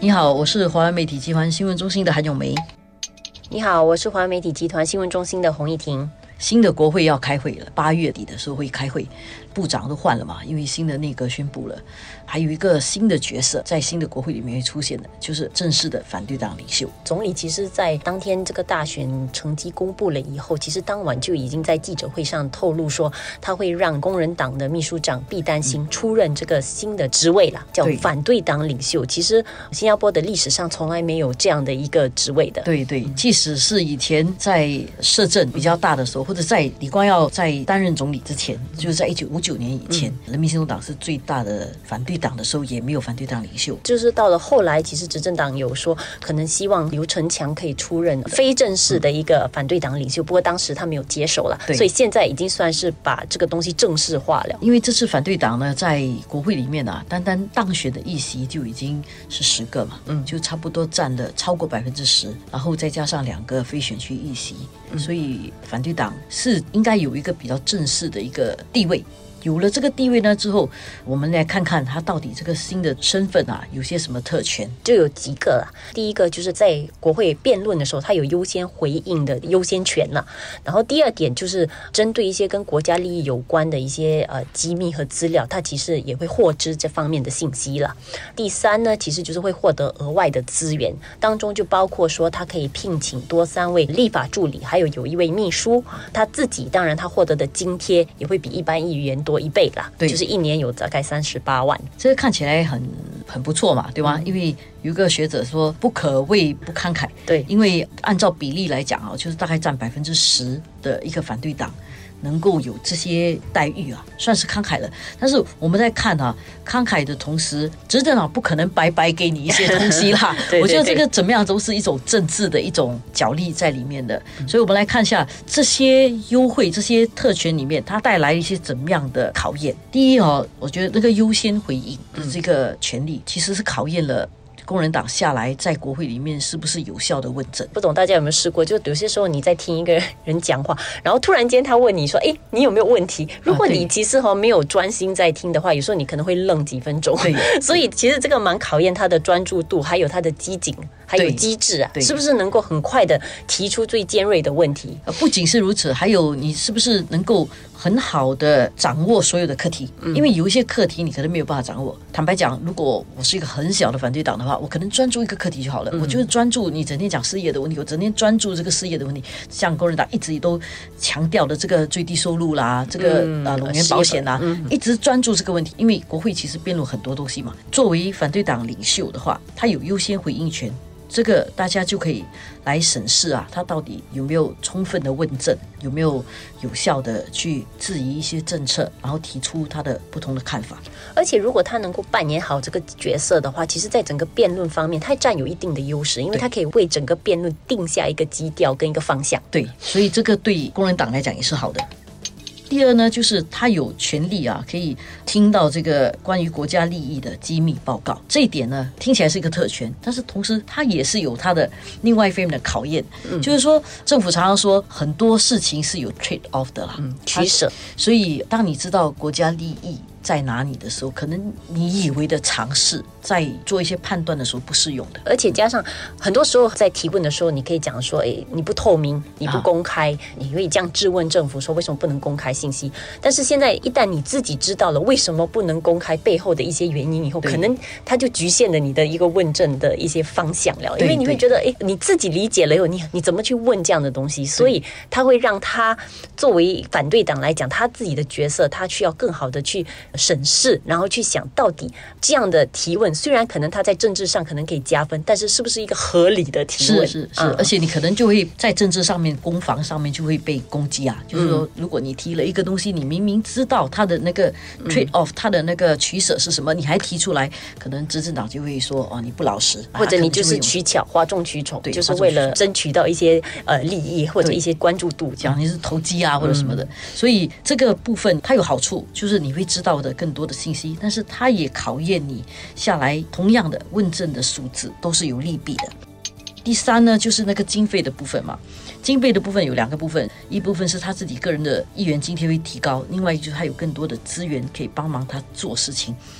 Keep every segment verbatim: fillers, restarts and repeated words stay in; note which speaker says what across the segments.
Speaker 1: 你好，我是华为媒体集团新闻中心的韩咏梅。
Speaker 2: 你好，我是华为媒体集团新闻中心的洪艺婷。
Speaker 1: 新的国会要开会了，八月底的时候会开会，部长都换了嘛，因为新的内阁宣布了，还有一个新的角色在新的国会里面会出现的，就是正式的反对党领袖。
Speaker 2: 总理其实在当天这个大选成绩公布了以后，其实当晚就已经在记者会上透露说，他会让工人党的秘书长毕丹星出任这个新的职位啦，叫反对党领袖。其实新加坡的历史上从来没有这样的一个职位的。
Speaker 1: 对对，即使是以前在摄政比较大的时候，或者在李光耀在担任总理之前，就是在一九五九年以前，人民行动党是最大的反对党的时候，也没有反对党领袖。
Speaker 2: 就是到了后来，其实执政党有说可能希望刘成强可以出任非正式的一个反对党领袖，不过当时他没有接手了，所以现在已经算是把这个东西正式化了。
Speaker 1: 因为这次反对党呢，在国会里面啊，单单当选的议席就已经是十个嘛，嗯，就差不多占了超过百分之十，然后再加上两个非选区议席，嗯，所以反对党是应该有一个比较正式的一个地位。有了这个地位呢之后，我们来看看他到底这个新的身份啊有些什么特权，
Speaker 2: 就有几个啦。第一个就是在国会辩论的时候，他有优先回应的优先权了。然后第二点就是针对一些跟国家利益有关的一些呃机密和资料，他其实也会获知这方面的信息了。第三呢，其实就是会获得额外的资源，当中就包括说他可以聘请多三位立法助理，还有有一位秘书。他自己当然他获得的津贴也会比一般议员多一倍啦，就是一年有大概三十八万，
Speaker 1: 这个看起来很很不错嘛，对吧？嗯，因为有一个学者说不可谓不慷慨，
Speaker 2: 对，
Speaker 1: 因为按照比例来讲啊，就是大概占百分之十的一个反对党能够有这些待遇啊，算是慷慨了。但是我们在看啊，慷慨的同时，执政党不可能白白给你一些东西啦。对对对，我觉得这个怎么样都是一种政治的一种角力在里面的。嗯，所以我们来看一下这些优惠、这些特权里面，它带来一些怎么样的考验。第一哦，我觉得那个优先回应的这个权利，其实是考验了工人党下来在国会里面是不是有效的问政。
Speaker 2: 不懂大家有没有试过，就有些时候你在听一个人讲话，然后突然间他问你说，诶，你有没有问题？如果你其实没有专心在听的话，有时候你可能会愣几分钟。所以其实这个蛮考验他的专注度，还有他的机警，还有机智啊，是不是能够很快的提出最尖锐的问题。
Speaker 1: 不仅是如此，还有你是不是能够很好的掌握所有的课题，嗯，因为有一些课题你可能没有办法掌握。坦白讲，如果我是一个很小的反对党的话，我可能专注一个课题就好了，嗯，我就是专注你整天讲失业的问题，我整天专注这个失业的问题，像工人党一直都强调的这个最低收入啦，这个嗯、呃、老年保险啦，嗯，一直专注这个问题。因为国会其实辩论很多东西嘛，作为反对党领袖的话，他有优先回应权。这个大家就可以来审视啊，他到底有没有充分的问政，有没有有效的去质疑一些政策，然后提出他的不同的看法。
Speaker 2: 而且如果他能够扮演好这个角色的话，其实在整个辩论方面他占有一定的优势，因为他可以为整个辩论定下一个基调跟一个方向。
Speaker 1: 对，所以这个对工人党来讲也是好的。第二呢，就是他有权利啊，可以听到这个关于国家利益的机密报告。这一点呢，听起来是一个特权，但是同时它也是有它的另外一方面的考验。嗯，就是说，政府常常说很多事情是有 trade off 的啦，嗯，
Speaker 2: 取舍。
Speaker 1: 所以，当你知道国家利益在哪里的时候，可能你以为的常识在做一些判断的时候不适用的。
Speaker 2: 而且加上很多时候在提问的时候，你可以讲说，哎，你不透明，你不公开，啊，你可以这样质问政府说为什么不能公开信息。但是现在一旦你自己知道了为什么不能公开背后的一些原因以后，可能它就局限了你的一个问政的一些方向了。因为你会觉得，哎，你自己理解了以后，你你怎么去问这样的东西？所以它会让他作为反对党来讲，他自己的角色，他需要更好的去审视，然后去想到底这样的提问，虽然可能他在政治上可能可以加分，但是是不是一个合理的提问？
Speaker 1: 是是是，嗯，而且你可能就会在政治上面、攻防上面就会被攻击啊。就是说，如果你提了一个东西，你明明知道他的那个 trade off，他的那个取舍是什么，你还提出来，可能执政党就会说哦，你不老实，
Speaker 2: 或者你就是取巧、哗众取宠，就是为了争取到一些呃利益或者一些关注度，
Speaker 1: 讲你是投机啊或者什么的。嗯，所以这个部分它有好处，就是你会知道的更多的信息，但是它也考验你下来同样的问政的数字都是有利弊的。第三呢，就是那个经费的部分嘛。经费的部分有两个部分，一部分是他自己个人的议员津贴会提高，另外就是他有更多的资源可以帮忙他做事情。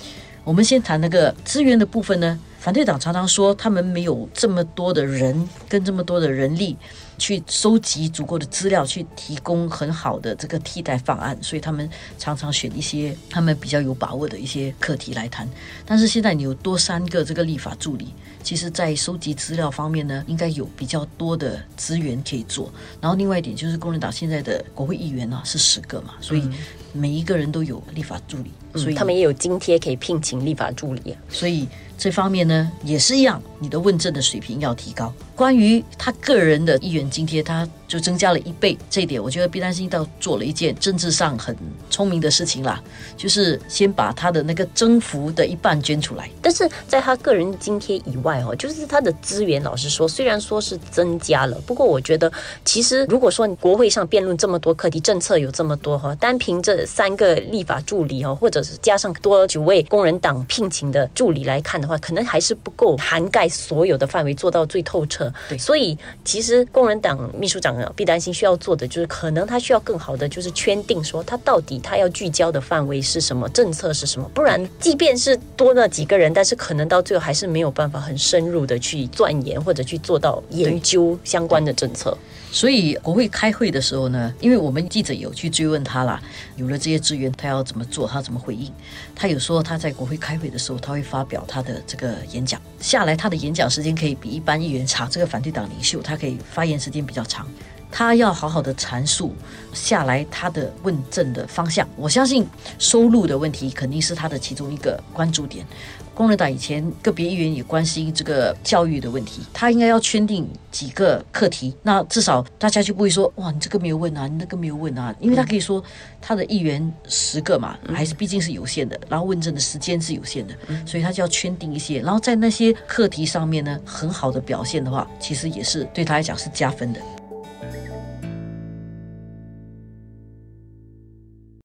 Speaker 1: 我们先谈那个资源的部分呢，反对党常常说他们没有这么多的人跟这么多的人力去收集足够的资料，去提供很好的这个替代方案，所以他们常常选一些他们比较有把握的一些课题来谈。但是现在你有多三个这个立法助理，其实在收集资料方面呢，应该有比较多的资源可以做。然后另外一点就是共产党现在的国会议员啊是十个嘛，所以每一个人都有立法助理，所以、
Speaker 2: 嗯、他们也有津贴可以聘请立法助理、啊、
Speaker 1: 所以这方面呢也是一样，你的问政的水平要提高。关于他个人的议员津贴，他就增加了一倍，这一点我觉得毕丹心倒做了一件政治上很聪明的事情啦，就是先把他的那个征服的一半捐出来。
Speaker 2: 但是在他个人津贴以外、哦、就是他的资源，老实说虽然说是增加了，不过我觉得其实如果说国会上辩论这么多课题，政策有这么多、哦、单凭这三个立法助理、哦、或者是加上多九位工人党聘请的助理来看的话，可能还是不够涵盖所有的范围，做到最透彻。所以其实工人党秘书长毕丹心需要做的就是，可能他需要更好的就是圈定说他到底他要聚焦的范围是什么，政策是什么，不然即便是多那几个人，但是可能到最后还是没有办法很深入的去钻研或者去做到研究相关的政策。
Speaker 1: 所以国会开会的时候呢，因为我们记者有去追问他啦，有了这些资源他要怎么做，他怎么回应。他有说他在国会开会的时候他会发表他的这个演讲，下来他的演讲时间可以比一般议员长，这个反对党领袖他可以发言时间比较长，他要好好的阐述下来他的问政的方向。我相信收入的问题肯定是他的其中一个关注点。工人党以前个别议员也关心这个教育的问题，他应该要圈定几个课题，那至少大家就不会说哇你这个没有问啊，你那个没有问啊，因为他可以说他的议员十个嘛，还是毕竟是有限的，然后问政的时间是有限的，所以他就要圈定一些，然后在那些课题上面呢很好的表现的话，其实也是对他来讲是加分的。